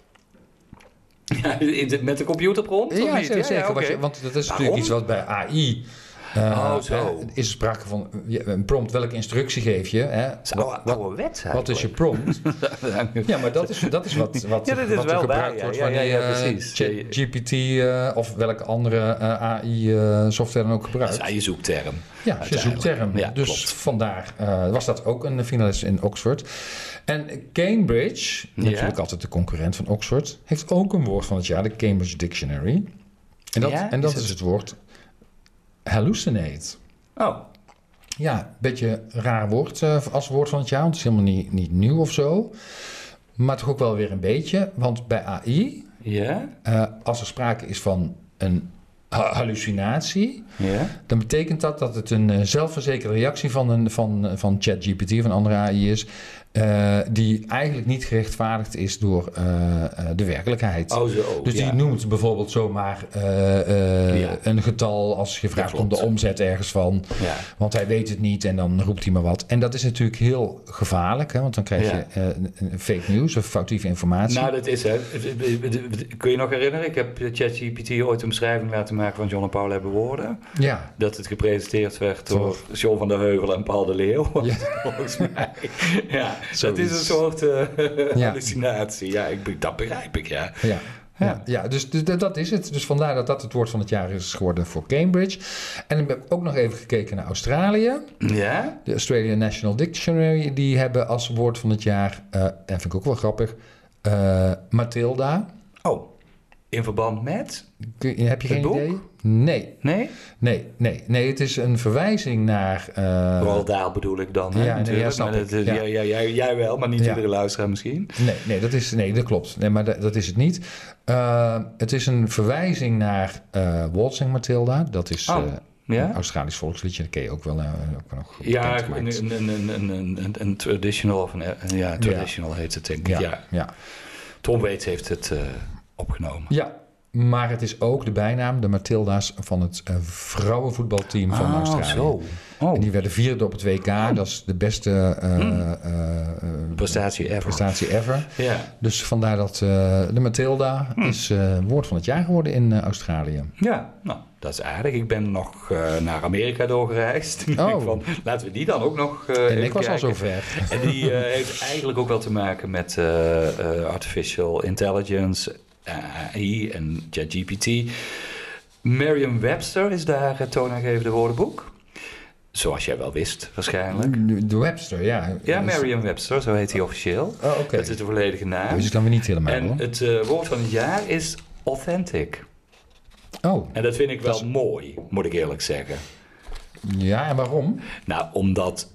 Ja, met de computer prompt? Ja, niet? zeker. Ja, ja, okay. je, want dat is natuurlijk iets wat bij A I... Uh, oh, zo. Uh, is er sprake van een prompt, welke instructie geef je? Hè? Wat, oude wet wat is je prompt? ja, maar dat is, dat is wat, wat, ja, dat is wat wel er gebruikt bij, wordt ja, wanneer ja, ja, uh, G P T uh, of welke andere uh, A I-software uh, dan ook gebruikt. Dat is je zoekterm. Ja, je zoekterm. Ja, dus klopt. Vandaar uh, was dat ook een finalist in Oxford. En Cambridge, ja. natuurlijk altijd de concurrent van Oxford, heeft ook een woord van het jaar, de Cambridge Dictionary. En dat, ja, en dat is, het... is het woord hallucinate. Oh. Ja, een beetje een raar woord uh, als woord van het jaar. Want het is helemaal niet, niet nieuw of zo. Maar toch ook wel weer een beetje. Want bij A I, yeah. uh, als er sprake is van een ha- hallucinatie... Yeah. dan betekent dat dat het een uh, zelfverzekerde reactie van, een, van, van ChatGPT of een andere A I is... Uh, die eigenlijk niet gerechtvaardigd is door uh, uh, de werkelijkheid. Oh, zo, dus die ja. noemt bijvoorbeeld zomaar uh, uh, ja. een getal als je vraagt om de omzet ergens van. Ja. Want hij weet het niet en dan roept hij maar wat. En dat is natuurlijk heel gevaarlijk, hè, want dan krijg je ja. uh, fake news of foutieve informatie. Nou, dat is het. Kun je nog herinneren? Ik heb ChatGPT ooit een beschrijving laten maken van John en Paul hebben woorden. Ja. Dat het gepresenteerd werd door John van der Heuvel en Paul de Leeuw. Ja. Volgens mij. Ja. Het is een soort uh, ja. hallucinatie. Ja, ik, dat begrijp ik, ja. Ja. Ja, ja dus, dus dat is het. Dus vandaar dat dat het woord van het jaar is geworden voor Cambridge. En ik heb ook nog even gekeken naar Australië. Ja? De Australian National Dictionary, die hebben als woord van het jaar, uh, en vind ik ook wel grappig, uh, Matilda. Oh, in verband met? Kun je, heb je het geen boek? idee? Nee. Nee? Nee, nee, nee. Het is een verwijzing naar... Uh, Roald Dahl bedoel ik dan, hè, ja, natuurlijk. Nee, ja, snap maar ik. dat is, Ja. Ja, ja, jij, jij wel, maar niet ja. iedere luisteraar misschien. Nee, nee, dat, is, nee dat klopt. Nee, maar dat, dat is het niet. Uh, het is een verwijzing naar uh, Waltzing Matilda. Dat is... Oh. Uh, Ja? Een Australisch volksliedje, dat ken je ook wel. Uh, ook nog ja, bekend, een, een, een, een, een, een traditional, of een, ja, traditional ja. heet het denk ik. Ja, ja. ja. Tom Waits heeft het uh, opgenomen. Ja, maar het is ook de bijnaam, de Matilda's, van het uh, vrouwenvoetbalteam van ah, Australië. Zo. Oh. En die werden vierde op het W K. Oh. Dat is de beste uh, hmm. uh, uh, prestatie ever. Prestatie ever. Ja. Dus vandaar dat uh, de Matilda hmm. is uh, woord van het jaar geworden in uh, Australië. Ja, nou, dat is aardig. Ik ben nog uh, naar Amerika doorgereisd. Oh. Van, laten we die dan ook nog uh, En ik was kijken. al zover. En die uh, heeft eigenlijk ook wel te maken met uh, uh, artificial intelligence, A I en ChatGPT. Merriam-Webster is daar het toonaangevende woordenboek. Zoals jij wel wist, waarschijnlijk. De Webster, ja. Ja, Merriam-Webster, zo heet hij officieel. Oh, okay. Dat is de volledige naam. Dat wist ik dan weer niet helemaal. En hoor. het uh, woord van het jaar is authentic. Oh. En dat vind ik wel is... mooi, moet ik eerlijk zeggen. Ja, en waarom? Nou, omdat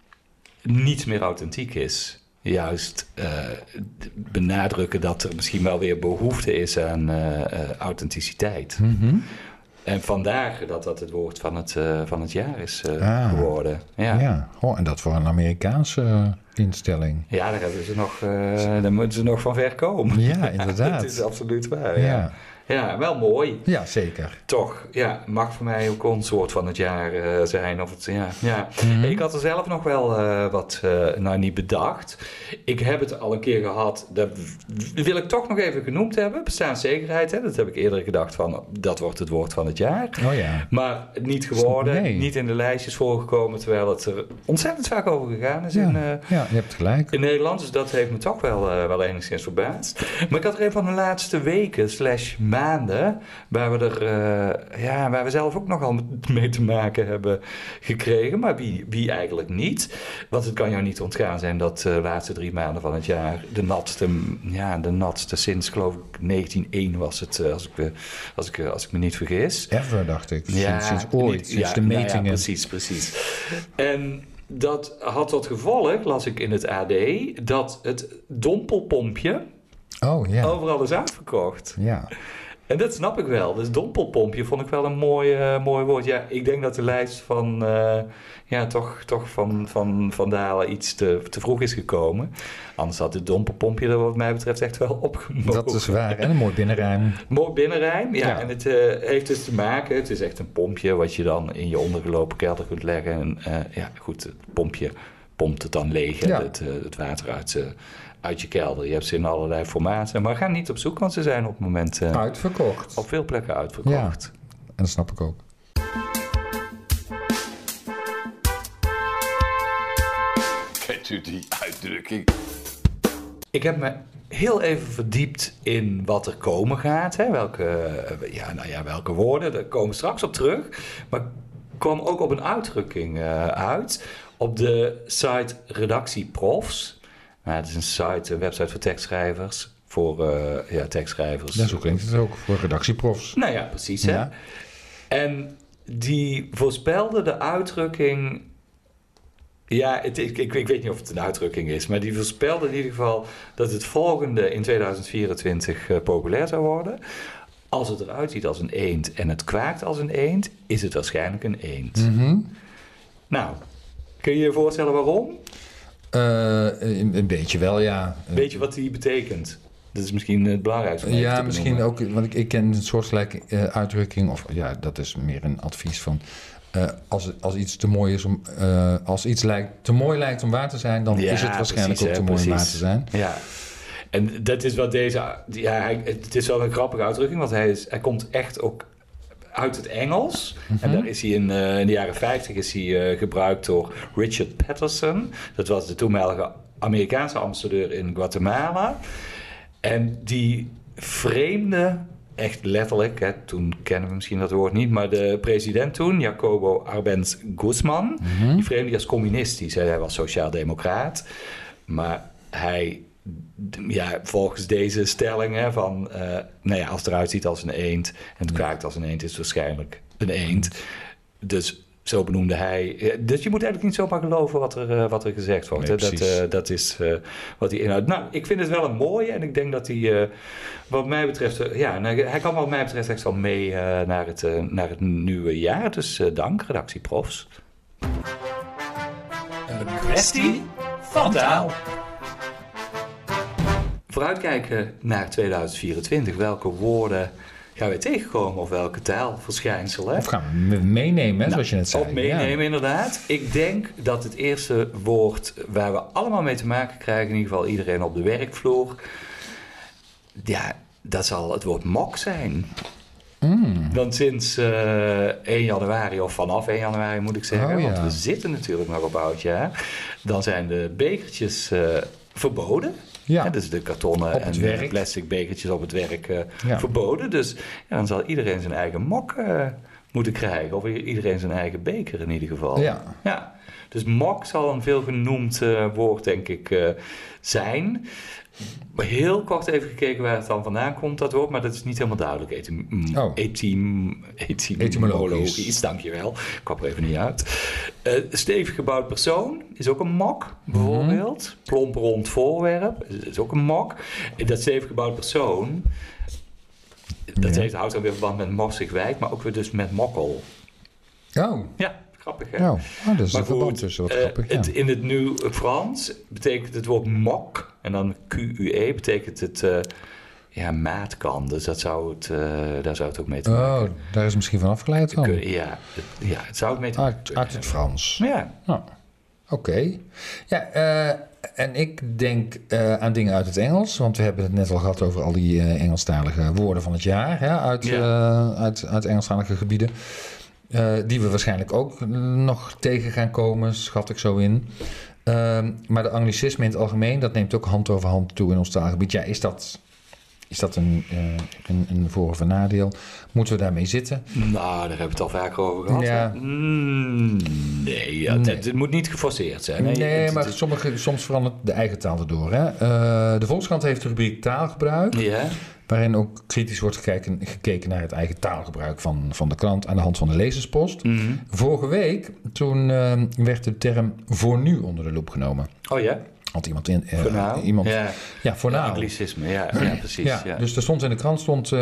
niets meer authentiek is. Juist uh, benadrukken dat er misschien wel weer behoefte is aan uh, uh, authenticiteit. Mm-hmm. En vandaar dat dat het woord van het, uh, van het jaar is uh, ah, geworden. Ja, ja. Oh, en dat voor een Amerikaanse uh, instelling. Ja, daar, hebben ze nog, uh, daar moeten ze nog van ver komen. Ja, inderdaad. Dat is absoluut waar, ja. ja. Ja, wel mooi. Ja, zeker. Toch, ja, mag voor mij ook ons woord van het jaar uh, zijn. Of het, ja, ja. Mm-hmm. Ik had er zelf nog wel uh, wat, uh, nou niet bedacht. Ik heb het al een keer gehad, dat wil ik toch nog even genoemd hebben. Bestaanszekerheid, hè? Dat heb ik eerder gedacht van, dat wordt het woord van het jaar. Oh ja. Maar niet geworden, nee. niet in de lijstjes voorgekomen, terwijl het er ontzettend vaak over gegaan is. Ja, in, uh, ja je hebt gelijk. In Nederland, dus dat heeft me toch wel, uh, wel enigszins verbaasd. Maar ik had er een van de laatste weken, slash maanden, waar we er, uh, ja, waar we zelf ook nogal mee te maken hebben gekregen, maar wie, wie eigenlijk niet. Want het kan jou niet ontgaan zijn dat de uh, laatste drie maanden van het jaar de natste, ja, de natste sinds, geloof ik, negentien één was het, uh, als, ik, als, ik, als ik me niet vergis. Ever, dacht ik. Ja, sinds, sinds ooit, niet, sinds ja, de metingen. Nou ja, precies, precies. En dat had tot gevolg, las ik in het A D, dat het dompelpompje oh, ja. overal is uitverkocht. Ja. En dat snap ik wel. Dus dompelpompje vond ik wel een mooi, uh, mooi woord. Ja, ik denk dat de lijst van, uh, ja, toch, toch van, van, van Dalen iets te, te vroeg is gekomen. Anders had het dompelpompje er wat mij betreft echt wel opgemogen. Dat is waar. En een mooi binnenruim. Mooi binnenruim, ja. ja. En het uh, heeft dus te maken, het is echt een pompje wat je dan in je ondergelopen kelder kunt leggen. En uh, ja, goed, het pompje pompt het dan leeg, ja. het, uh, het water uit uh, uit je kelder. Je hebt ze in allerlei formaten. Maar ga niet op zoek, want ze zijn op het moment... Uh, uitverkocht. Op veel plekken uitverkocht. Ja, en dat snap ik ook. Kent u die uitdrukking? Ik heb me heel even verdiept in wat er komen gaat. Hè? Welke, ja, nou ja, welke woorden, daar komen we straks op terug. Maar ik kwam ook op een uitdrukking uh, uit. Op de site Redactieprofs. Nou, het is een site, een website voor tekstschrijvers. Voor uh, ja, tekstschrijvers. Ja, zo klinkt het ook. Voor redactieprofs. Nou ja, precies. Hè? Ja. En die voorspelde de uitdrukking... Ja, het, ik, ik, ik weet niet of het een uitdrukking is. Maar die voorspelde in ieder geval dat het volgende in tweeduizend vierentwintig uh, populair zou worden. Als het eruit ziet als een eend en het kwaakt als een eend, is het waarschijnlijk een eend. Mm-hmm. Nou, kun je je voorstellen waarom? Uh, een, een beetje wel, ja. Weet je wat die betekent? Dat is misschien het belangrijkste. Om ja, te misschien benoemen. ook, want ik, ik ken een soortgelijke uh, uitdrukking, of ja, dat is meer een advies van. Uh, als, als iets te mooi is om, uh, als iets lijkt, te mooi lijkt om waar te zijn, dan ja, is het waarschijnlijk precies, ook te hè, mooi precies. om waar te zijn. Ja. En dat is wat deze. Ja, hij, het is wel een grappige uitdrukking, want hij, is, hij komt echt ook uit het Engels. Mm-hmm. En daar is hij in, uh, in de jaren vijftig is hij uh, gebruikt door Richard Patterson. Dat was de toenmalige Amerikaanse ambassadeur in Guatemala. En die vreemde, echt letterlijk, hè, toen kennen we misschien dat woord niet, maar de president toen, Jacobo Arbenz Guzman, mm-hmm. die vreemde als communistisch. Hij was sociaal-democraat, maar hij, ja, volgens deze stelling hè, van, uh, nou ja, als het eruit ziet als een eend en het kraakt als een eend, is het waarschijnlijk een eend. Dus zo benoemde hij. Dus je moet eigenlijk niet zomaar geloven wat er, uh, wat er gezegd wordt. Nee, dat, uh, dat is uh, wat hij inhoudt. Nou, ik vind het wel een mooie. En ik denk dat hij, uh, wat mij betreft... Uh, ja, nou, hij kan wat mij betreft echt wel mee uh, naar, het, uh, naar het nieuwe jaar. Dus uh, dank, redactieprofs. Een kwestie van taal. Vooruitkijken naar tweeduizend vierentwintig. Welke woorden gaan we tegenkomen of welke taalverschijnselen? Of gaan we meenemen, nou, zoals je net zei. Of meenemen, ja. Inderdaad. Ik denk dat het eerste woord waar we allemaal mee te maken krijgen, in ieder geval iedereen op de werkvloer, ja, dat zal het woord mok zijn. Mm. Want sinds uh, één januari, of vanaf één januari moet ik zeggen, oh, ja. want we zitten natuurlijk nog op oudjaar, dan zijn de bekertjes uh, verboden. Ja. Ja, dus de kartonnen en de plastic bekertjes op het werk uh, ja. verboden. Dus ja, dan zal iedereen zijn eigen mok uh, moeten krijgen. Of iedereen zijn eigen beker in ieder geval. Ja. Ja. Dus mok zal een veelgenoemd uh, woord, denk ik, uh, zijn. Heel kort even gekeken waar het dan vandaan komt, dat woord. Maar dat is niet helemaal duidelijk. Etym- oh. etym- etym- etymologisch, dankjewel. Ik kwam er even niet uit. Uh, stevig gebouwd persoon is ook een mok, bijvoorbeeld. Mm-hmm. Plomp rond voorwerp is ook een mok. Dat stevig gebouwd persoon, dat ja. heeft, houdt dan weer verband met morsig wijk, maar ook weer dus met mokkel. Oh. Ja. Grappig, hè? Oh, oh, dat is maar een verband tussen wat uh, grappig, ja. het, in het Nieuw Frans betekent het woord mok, en dan Q U E, betekent het uh, ja, maatkan. Dus dat zou het, uh, daar zou het ook mee te maken. Oh, daar is misschien van afgeleid van. Ja, het, ja, het zou het mee te maken Uit, uit het Frans. Ja. Oh, Oké. Okay. Ja, uh, en ik denk uh, aan dingen uit het Engels, want we hebben het net al gehad over al die uh, Engelstalige woorden van het jaar, hè, uit, ja. uh, uit, uit Engelstalige gebieden. Uh, die we waarschijnlijk ook nog tegen gaan komen, schat ik zo in. Uh, maar de anglicisme in het algemeen, dat neemt ook hand over hand toe in ons taalgebied. Ja, is dat, is dat een, uh, een, een voor- of een nadeel? Moeten we daarmee zitten? Nou, daar hebben we het al vaker over gehad. Ja. Mm, nee, ja, nee. Het, het moet niet geforceerd zijn. Nee, nee het, maar het, sommige, soms verandert de eigen taal erdoor. Hè? Uh, de Volkskrant heeft de rubriek taalgebruik. Ja. Waarin ook kritisch wordt gekeken, gekeken naar het eigen taalgebruik van, van de krant aan de hand van de lezerspost. Mm-hmm. Vorige week, toen uh, werd de term voor nu onder de loep genomen. Oh ja? Had iemand in... Uh, voor nou? Iemand, ja, ja voor nou. Anglicisme, ja, ja precies. Ja, ja. Dus er stond in de krant, stond, uh,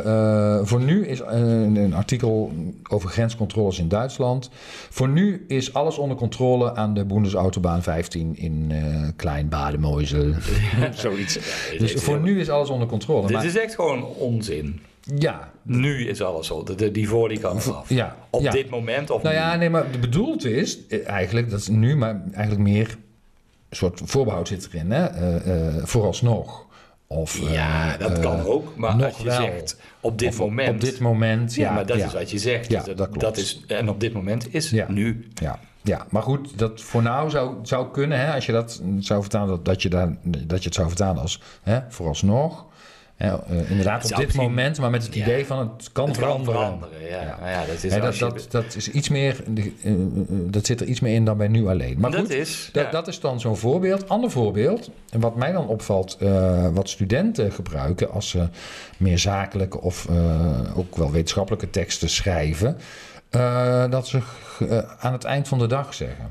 uh, voor nu is uh, een artikel over grenscontroles in Duitsland. Voor nu is alles onder controle aan de Bundesautobahn vijftien in uh, Klein-Bademoisel. Zoiets. Ja, dus voor heel... nu is alles onder controle. Dit maar... is echt gewoon onzin. Ja. Nu is alles zo. De, die voor die kan eraf. Ja. Op ja. dit moment of Nou nu? ja, nee, maar bedoeld is eigenlijk, dat is nu, maar eigenlijk meer een soort voorbehoud zit erin, hè? Uh, uh, vooralsnog. Of, uh, ja, dat uh, kan ook. Maar nog als je wel. zegt op dit of moment. Op dit moment, ja. Ja, maar dat ja. is wat je zegt. Ja, dus dat, dat klopt. Dat is, en op dit moment is ja. nu. Ja. Ja, maar goed, dat voor nou zou, zou kunnen, hè, als je dat zou vertalen, dat, dat, je, daar, dat je het zou vertalen als hè, vooralsnog. Hè, uh, inderdaad, op dit misschien, moment, maar met het ja, idee van het kan het veranderen. Kan veranderen ja. Ja. Nou ja, dat, is hè, dat, dat, dat is iets meer, uh, uh, dat zit er iets meer in dan bij nu alleen. Maar dat goed, is, dat, ja. dat is dan zo'n voorbeeld. Ander voorbeeld, en wat mij dan opvalt, uh, wat studenten gebruiken als ze meer zakelijke of uh, ook wel wetenschappelijke teksten schrijven. Uh, dat ze uh, aan het eind van de dag zeggen.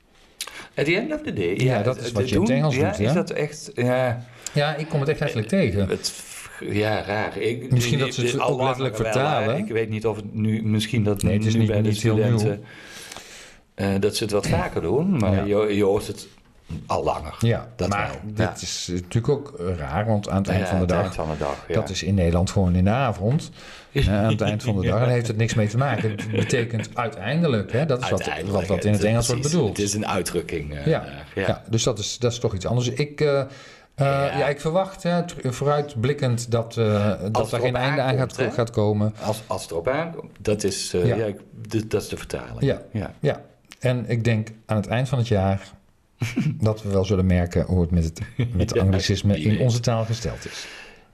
At the end of the day. Ja, ja dat is wat je doen, in het Engels ja, doet. Ja? Is dat echt... Ja, ja, ik kom het echt letterlijk uh, tegen. Het, ja, raar. Ik, misschien die, dat ze het die, ook letterlijk wel, vertalen. Ik weet niet of het nu... Misschien dat nee, het is nu niet, bij de niet studenten... Uh, dat ze het wat vaker doen. Maar ja. je, je hoort het al langer. Ja, dat maar wel. dit Ja. is natuurlijk ook raar, want aan het eind Ja, van de aan dag, het eind van de dag, ja. dat is in Nederland gewoon in de avond. Uh, aan het eind van de dag. En daar heeft het niks mee te maken. Het betekent uiteindelijk, hè, dat is wat, wat, wat in het Engels wordt bedoeld. Het is een uitdrukking. Uh, ja, ja. ja, dus dat is, dat is toch iets anders. Ik, uh, uh, ja. ja, ik verwacht hè, vooruitblikkend dat, uh, dat er geen einde aan gaat, gaat komen. Als, als het erop aankomt, dat is, uh, ja. Ja, d- dat is de vertaling. Ja, ja. ja, en ik denk aan het eind van het jaar dat we wel zullen merken hoe het met het, met het anglicisme ja, in onze taal gesteld is.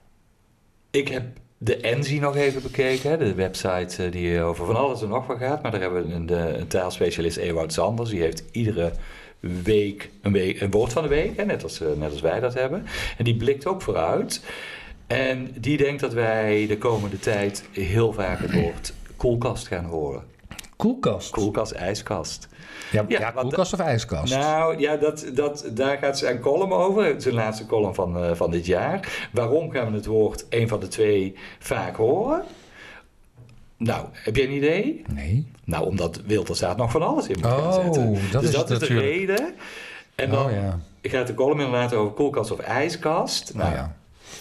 Ik heb de Enzi nog even bekeken, hè, de website die over van alles en nog wat gaat. Maar daar hebben we een, de, een taalspecialist, Ewout Sanders. Die heeft iedere week een, week, een woord van de week, hè, net, als, net als wij dat hebben. En die blikt ook vooruit. En die denkt dat wij de komende tijd heel vaak het woord koelkast gaan horen. Koelkast? Koelkast, ijskast. Ja, ja, ja koelkast of ijskast? Nou, ja, dat, dat, daar gaat zijn column over. Zijn laatste column van, uh, van dit jaar. Waarom gaan we het woord, een van de twee, vaak horen? Nou, heb jij een idee? Nee. Nou, omdat Wilderstaat nog van alles in moet gaan oh, zetten. Dat dus is dat is natuurlijk... de reden. En dan oh, ja. gaat de column inderdaad over koelkast of ijskast. Nou, oh, ja.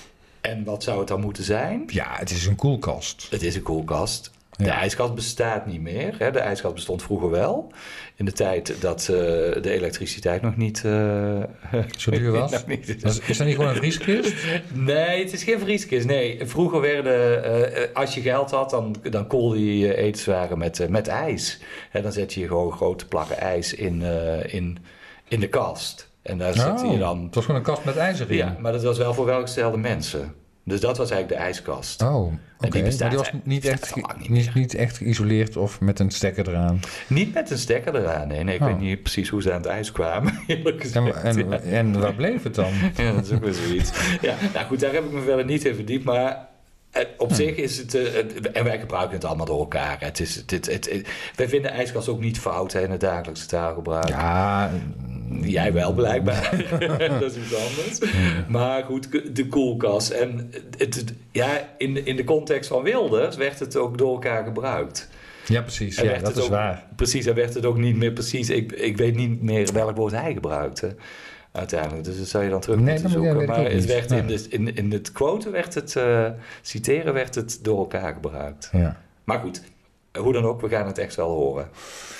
En wat zou het dan moeten zijn? Ja, het is een koelkast. Het is een koelkast. De ja. ijskast bestaat niet meer. Hè. De ijskast bestond vroeger wel. In de tijd dat uh, de elektriciteit nog niet... Uh, Zo duur was? nog niet. Is, is dat niet gewoon een vrieskist? Nee, het is geen vrieskist. Nee, vroeger werden... Uh, als je geld had, dan, dan koelde je je etenswaren met, uh, met ijs. En dan zet je gewoon grote plakken ijs in, uh, in, in de kast. En daar zette oh, je dan... Het was gewoon een kast met ijzer in? Ja, maar dat was wel voor welgestelde mensen. Dus dat was eigenlijk de ijskast. Oh, oké. Okay. Maar die was niet echt, niet, niet, niet echt geïsoleerd of met een stekker eraan? Niet met een stekker eraan, nee. nee ik oh. weet niet precies hoe ze aan het ijs kwamen, eerlijk gezegd. En, en, en waar bleef het dan? Ja, dat is ook weer zoiets. Ja, nou goed, daar heb ik me verder niet in verdiept, maar... Op hm. zich is het, uh, en wij gebruiken het allemaal door elkaar. Het is, het, het, het, het, wij vinden ijskast ook niet fout hè, in het dagelijkse taalgebruik. Ja, jij wel blijkbaar. Dat is iets anders. Ja. Maar goed, de koelkast. En het, het, ja, in, in de context van Wilders werd het ook door elkaar gebruikt. Ja, precies. Ja, dat is ook, waar. Precies, en werd het ook niet meer precies... Ik, ik weet niet meer welk woord hij gebruikte. Uiteindelijk, dus dat zou je dan terug nee, moeten zoeken. Maar het werd ja. in, de, in, in het quoten werd het, uh, citeren werd het door elkaar gebruikt. Ja. Maar goed, hoe dan ook, we gaan het echt wel horen.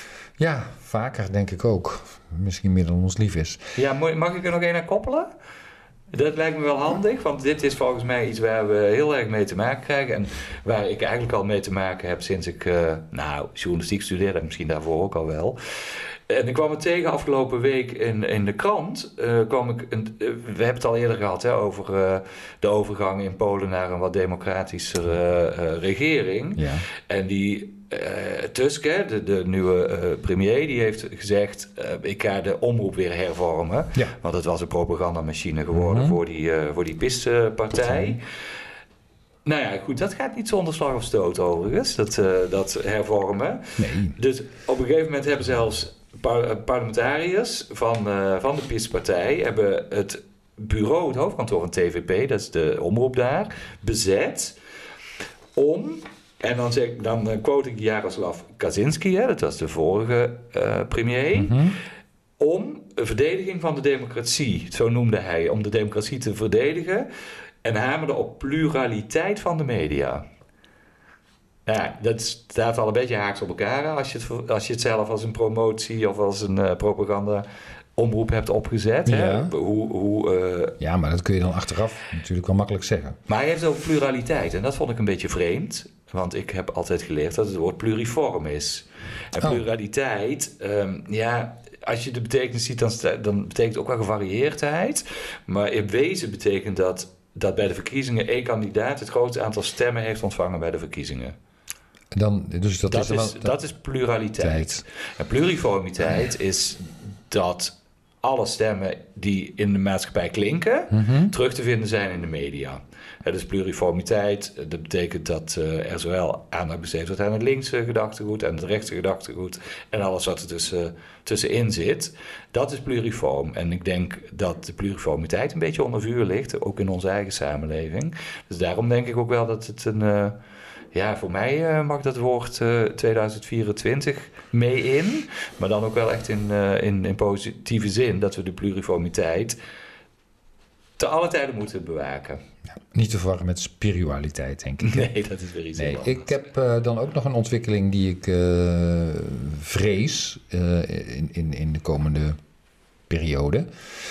Ja, vaker denk ik ook. Misschien meer dan ons lief is. Ja, mag ik er nog één aan koppelen? Dat lijkt me wel handig, want dit is volgens mij iets waar we heel erg mee te maken krijgen. En waar ik eigenlijk al mee te maken heb sinds ik, uh, nou, journalistiek studeerde. En misschien daarvoor ook al wel. En ik kwam het tegen afgelopen week in, in de krant. Uh, kwam ik een, uh, we hebben het al eerder gehad hè, over uh, de overgang in Polen naar een wat democratischere uh, regering. Ja. En die uh, Tusk, hè, de, de nieuwe uh, premier, die heeft gezegd... Uh, ik ga de omroep weer hervormen. Ja. Want het was een propagandamachine geworden mm-hmm. voor die, uh, voor die P I S-partij. Nou ja, goed, dat gaat niet zonder slag of stoot overigens, dat, uh, dat hervormen. Nee. Dus op een gegeven moment hebben zelfs par- parlementariërs van, uh, van de P I S-partij... hebben het bureau, het hoofdkantoor van T V P, dat is de omroep daar, bezet om... En dan, zeg, dan uh, quote ik Jaroslav Kaczynski, hè, dat was de vorige uh, premier... Mm-hmm. om een verdediging van de democratie, zo noemde hij, om de democratie te verdedigen... en hamerde op pluraliteit van de media. Ja, dat staat al een beetje haaks op elkaar... als je het, als je het zelf als een promotie of als een uh, propaganda... omroep hebt opgezet. Ja. Hè? Hoe, hoe, uh... ja, maar dat kun je dan achteraf natuurlijk wel makkelijk zeggen. Maar hij heeft ook pluraliteit. En dat vond ik een beetje vreemd. Want ik heb altijd geleerd dat het woord pluriform is. En oh. pluraliteit, um, ja... Als je de betekenis ziet, dan, dan betekent het ook wel gevarieerdheid. Maar in wezen betekent dat... dat bij de verkiezingen één kandidaat... het grootste aantal stemmen heeft ontvangen bij de verkiezingen. Dan, dus dat, dat, is, is, wel, dat, dat is pluraliteit. Tijd. En pluriformiteit is dat alle stemmen die in de maatschappij klinken... Mm-hmm. terug te vinden zijn in de media. Het is pluriformiteit. Dat betekent dat uh, er zowel aandacht besteed wordt aan het linkse gedachtegoed... en het rechtse gedachtegoed... en alles wat er tussen, tussenin zit. Dat is pluriform. En ik denk dat de pluriformiteit een beetje onder vuur ligt... ook in onze eigen samenleving. Dus daarom denk ik ook wel dat het een... Uh, Ja, voor mij uh, mag dat woord uh, tweeduizend vierentwintig mee in. Maar dan ook wel echt in, uh, in, in positieve zin. Dat we de pluriformiteit te alle tijden moeten bewaken. Ja, niet te verwarren met spiritualiteit, denk ik. Nee, dat is weer iets nee, anders. Ik heb uh, dan ook nog een ontwikkeling die ik uh, vrees uh, in, in, in de komende periode.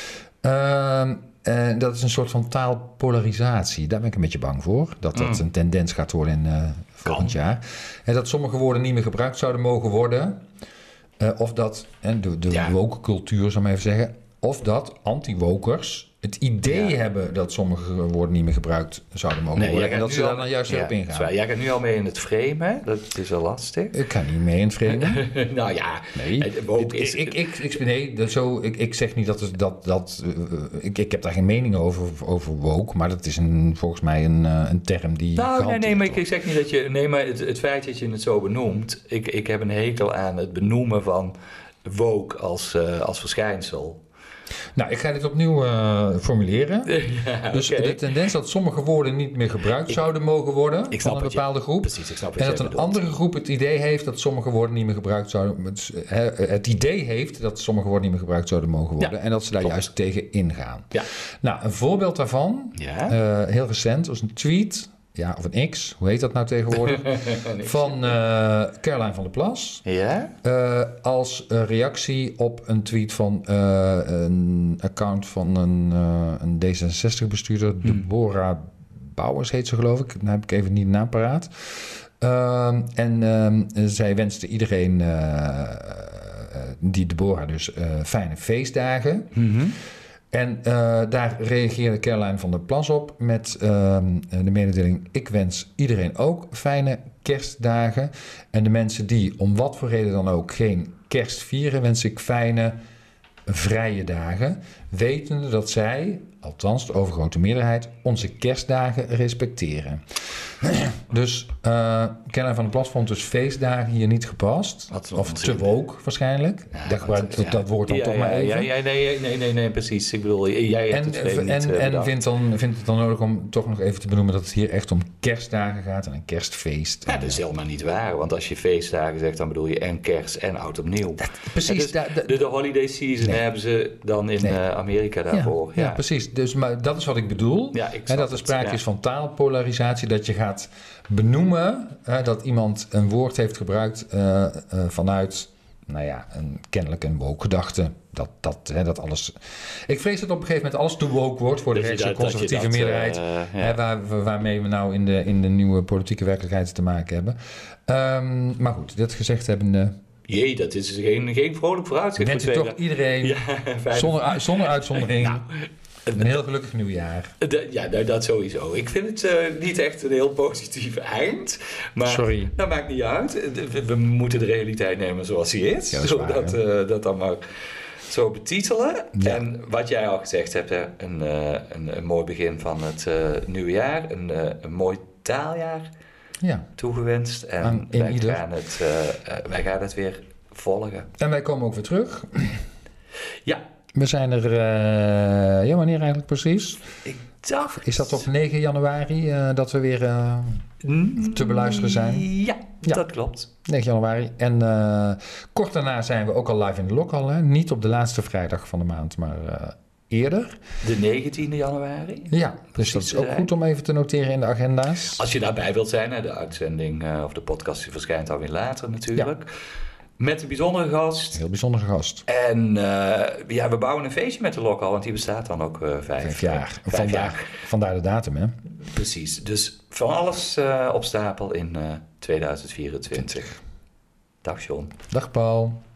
Uh, En dat is een soort van taalpolarisatie. Daar ben ik een beetje bang voor. Dat dat mm. een tendens gaat worden in uh, volgend kan. jaar. En dat sommige woorden niet meer gebruikt zouden mogen worden. Uh, of dat, en de, de ja. woke cultuur, zou ik maar even zeggen. Of dat anti-wokers het idee ja. hebben dat sommige woorden niet meer gebruikt zouden mogen nee, worden. En dat ze daar dan juist weer ja, op ingaan. Zwaar. Jij gaat nu al mee in het framen. Dat is wel lastig. Ik ga niet mee in het framen. nou ja. Nee. Woke is... ik, ik, ik, nee, dat zo, ik, ik zeg niet dat... Het, dat, dat uh, ik, ik heb daar geen mening over, over woke. Maar dat is een, volgens mij een, uh, een term die... Nou, nee, nee, maar ik, ik zeg niet dat je... Nee, maar het, het feit dat je het zo benoemt... Ik, ik heb een hekel aan het benoemen van woke als, uh, als verschijnsel. Nou, ik ga dit opnieuw uh, formuleren. Ja, dus okay. de tendens dat sommige woorden niet meer gebruikt ik, zouden mogen worden van een bepaalde je, groep. Precies, ik snap en dat een bedoelt. andere groep het idee heeft dat sommige woorden niet meer gebruikt zouden... Het, het idee heeft dat sommige woorden niet meer gebruikt zouden mogen worden. Ja, en dat ze daar klopt. juist tegen ingaan. Ja. Nou, een voorbeeld daarvan, ja. uh, heel recent, was een tweet... Ja, of een X, hoe heet dat nou tegenwoordig? van uh, Caroline van der Plas. Ja? Uh, als uh, reactie op een tweet van uh, een account van een, uh, een D zesenzestig-bestuurder. Hmm. Deborah Bouwers heet ze, geloof ik. Dan heb ik even niet de naam paraat. Uh, en uh, zij wenste iedereen, uh, uh, die Deborah dus, uh, fijne feestdagen. Mm-hmm. En uh, daar reageerde Caroline van der Plas op met uh, de mededeling... ik wens iedereen ook fijne kerstdagen. En de mensen die om wat voor reden dan ook geen kerst vieren... wens ik fijne vrije dagen. Wetende dat zij, althans de overgrote meerderheid... onze kerstdagen respecteren. Dus uh, Caroline van der Plas vond dus feestdagen hier niet gepast. Of te woke waarschijnlijk. Ja, dat, wat, dat, dat woord dan ja, toch ja, maar even. Ja, ja, nee, nee, nee, nee, precies. Ik bedoel, jij hebt en, het vreemd En, niet, uh, en vindt, dan, vindt het dan nodig om toch nog even te benoemen... dat het hier echt om kerstdagen gaat en een kerstfeest. Ja, dat is helemaal niet waar. Want als je feestdagen zegt, dan bedoel je en kerst en oud opnieuw. Dat, precies. Dus da, da, de, de holiday season nee. hebben ze dan in nee. uh, Amerika daarvoor. Ja, ja. ja, precies. Dus, maar dat is wat ik bedoel. Ja, ik He, dat er sprake ja. is van taalpolarisatie. Dat je gaat benoemen he, dat iemand een woord heeft gebruikt uh, uh, vanuit, nou ja, een, kennelijk een woke gedachte. Dat, dat, he, dat alles... Ik vrees dat op een gegeven moment alles te woke wordt voor de rechtse en conservatieve dat, meerderheid. Uh, ja. he, waar, waarmee we nou in de, in de nieuwe politieke werkelijkheid te maken hebben. Um, maar goed, dit gezegd hebbende... Jee, dat is geen, geen vrolijk vooruitzicht. Wens ik toch iedereen, ja, zonder, zonder uitzondering... Nou, een heel gelukkig nieuwjaar. De, ja, nou, dat sowieso. Ik vind het uh, niet echt een heel positief eind. Maar Sorry. Dat maakt niet uit. We, we moeten de realiteit nemen zoals die is. Ja, dat, zodat uh, dat dan maar zo betitelen. Ja. En wat jij al gezegd hebt, hè, een, uh, een, een mooi begin van het uh, nieuwe jaar. Een, uh, een mooi taaljaar ja. toegewenst. En Aan, wij, ieder. gaan het, uh, uh, wij gaan het weer volgen. En wij komen ook weer terug. Ja. We zijn er, uh, ja, wanneer eigenlijk precies? Ik dacht... Is dat op negen januari uh, dat we weer uh, te beluisteren zijn? Ja, ja, dat klopt. negen januari. En uh, kort daarna zijn we ook al live in de lokal. Hè? Niet op de laatste vrijdag van de maand, maar uh, eerder. De negentiende januari? Ja, dus dat is ook goed om even te noteren in de agenda's. Als je daarbij wilt zijn, hè, de uitzending uh, of de podcast die verschijnt alweer later natuurlijk. Ja. Met een bijzondere gast. Heel bijzondere gast. En uh, ja, we bouwen een feestje met de lokal, want die bestaat dan ook uh, vijf, vijf jaar. Vijf vandaag, jaar. Vandaar de datum, hè? Precies. Dus van alles uh, op stapel in uh, tweeduizend vierentwintig. Dag John. Dag Paul.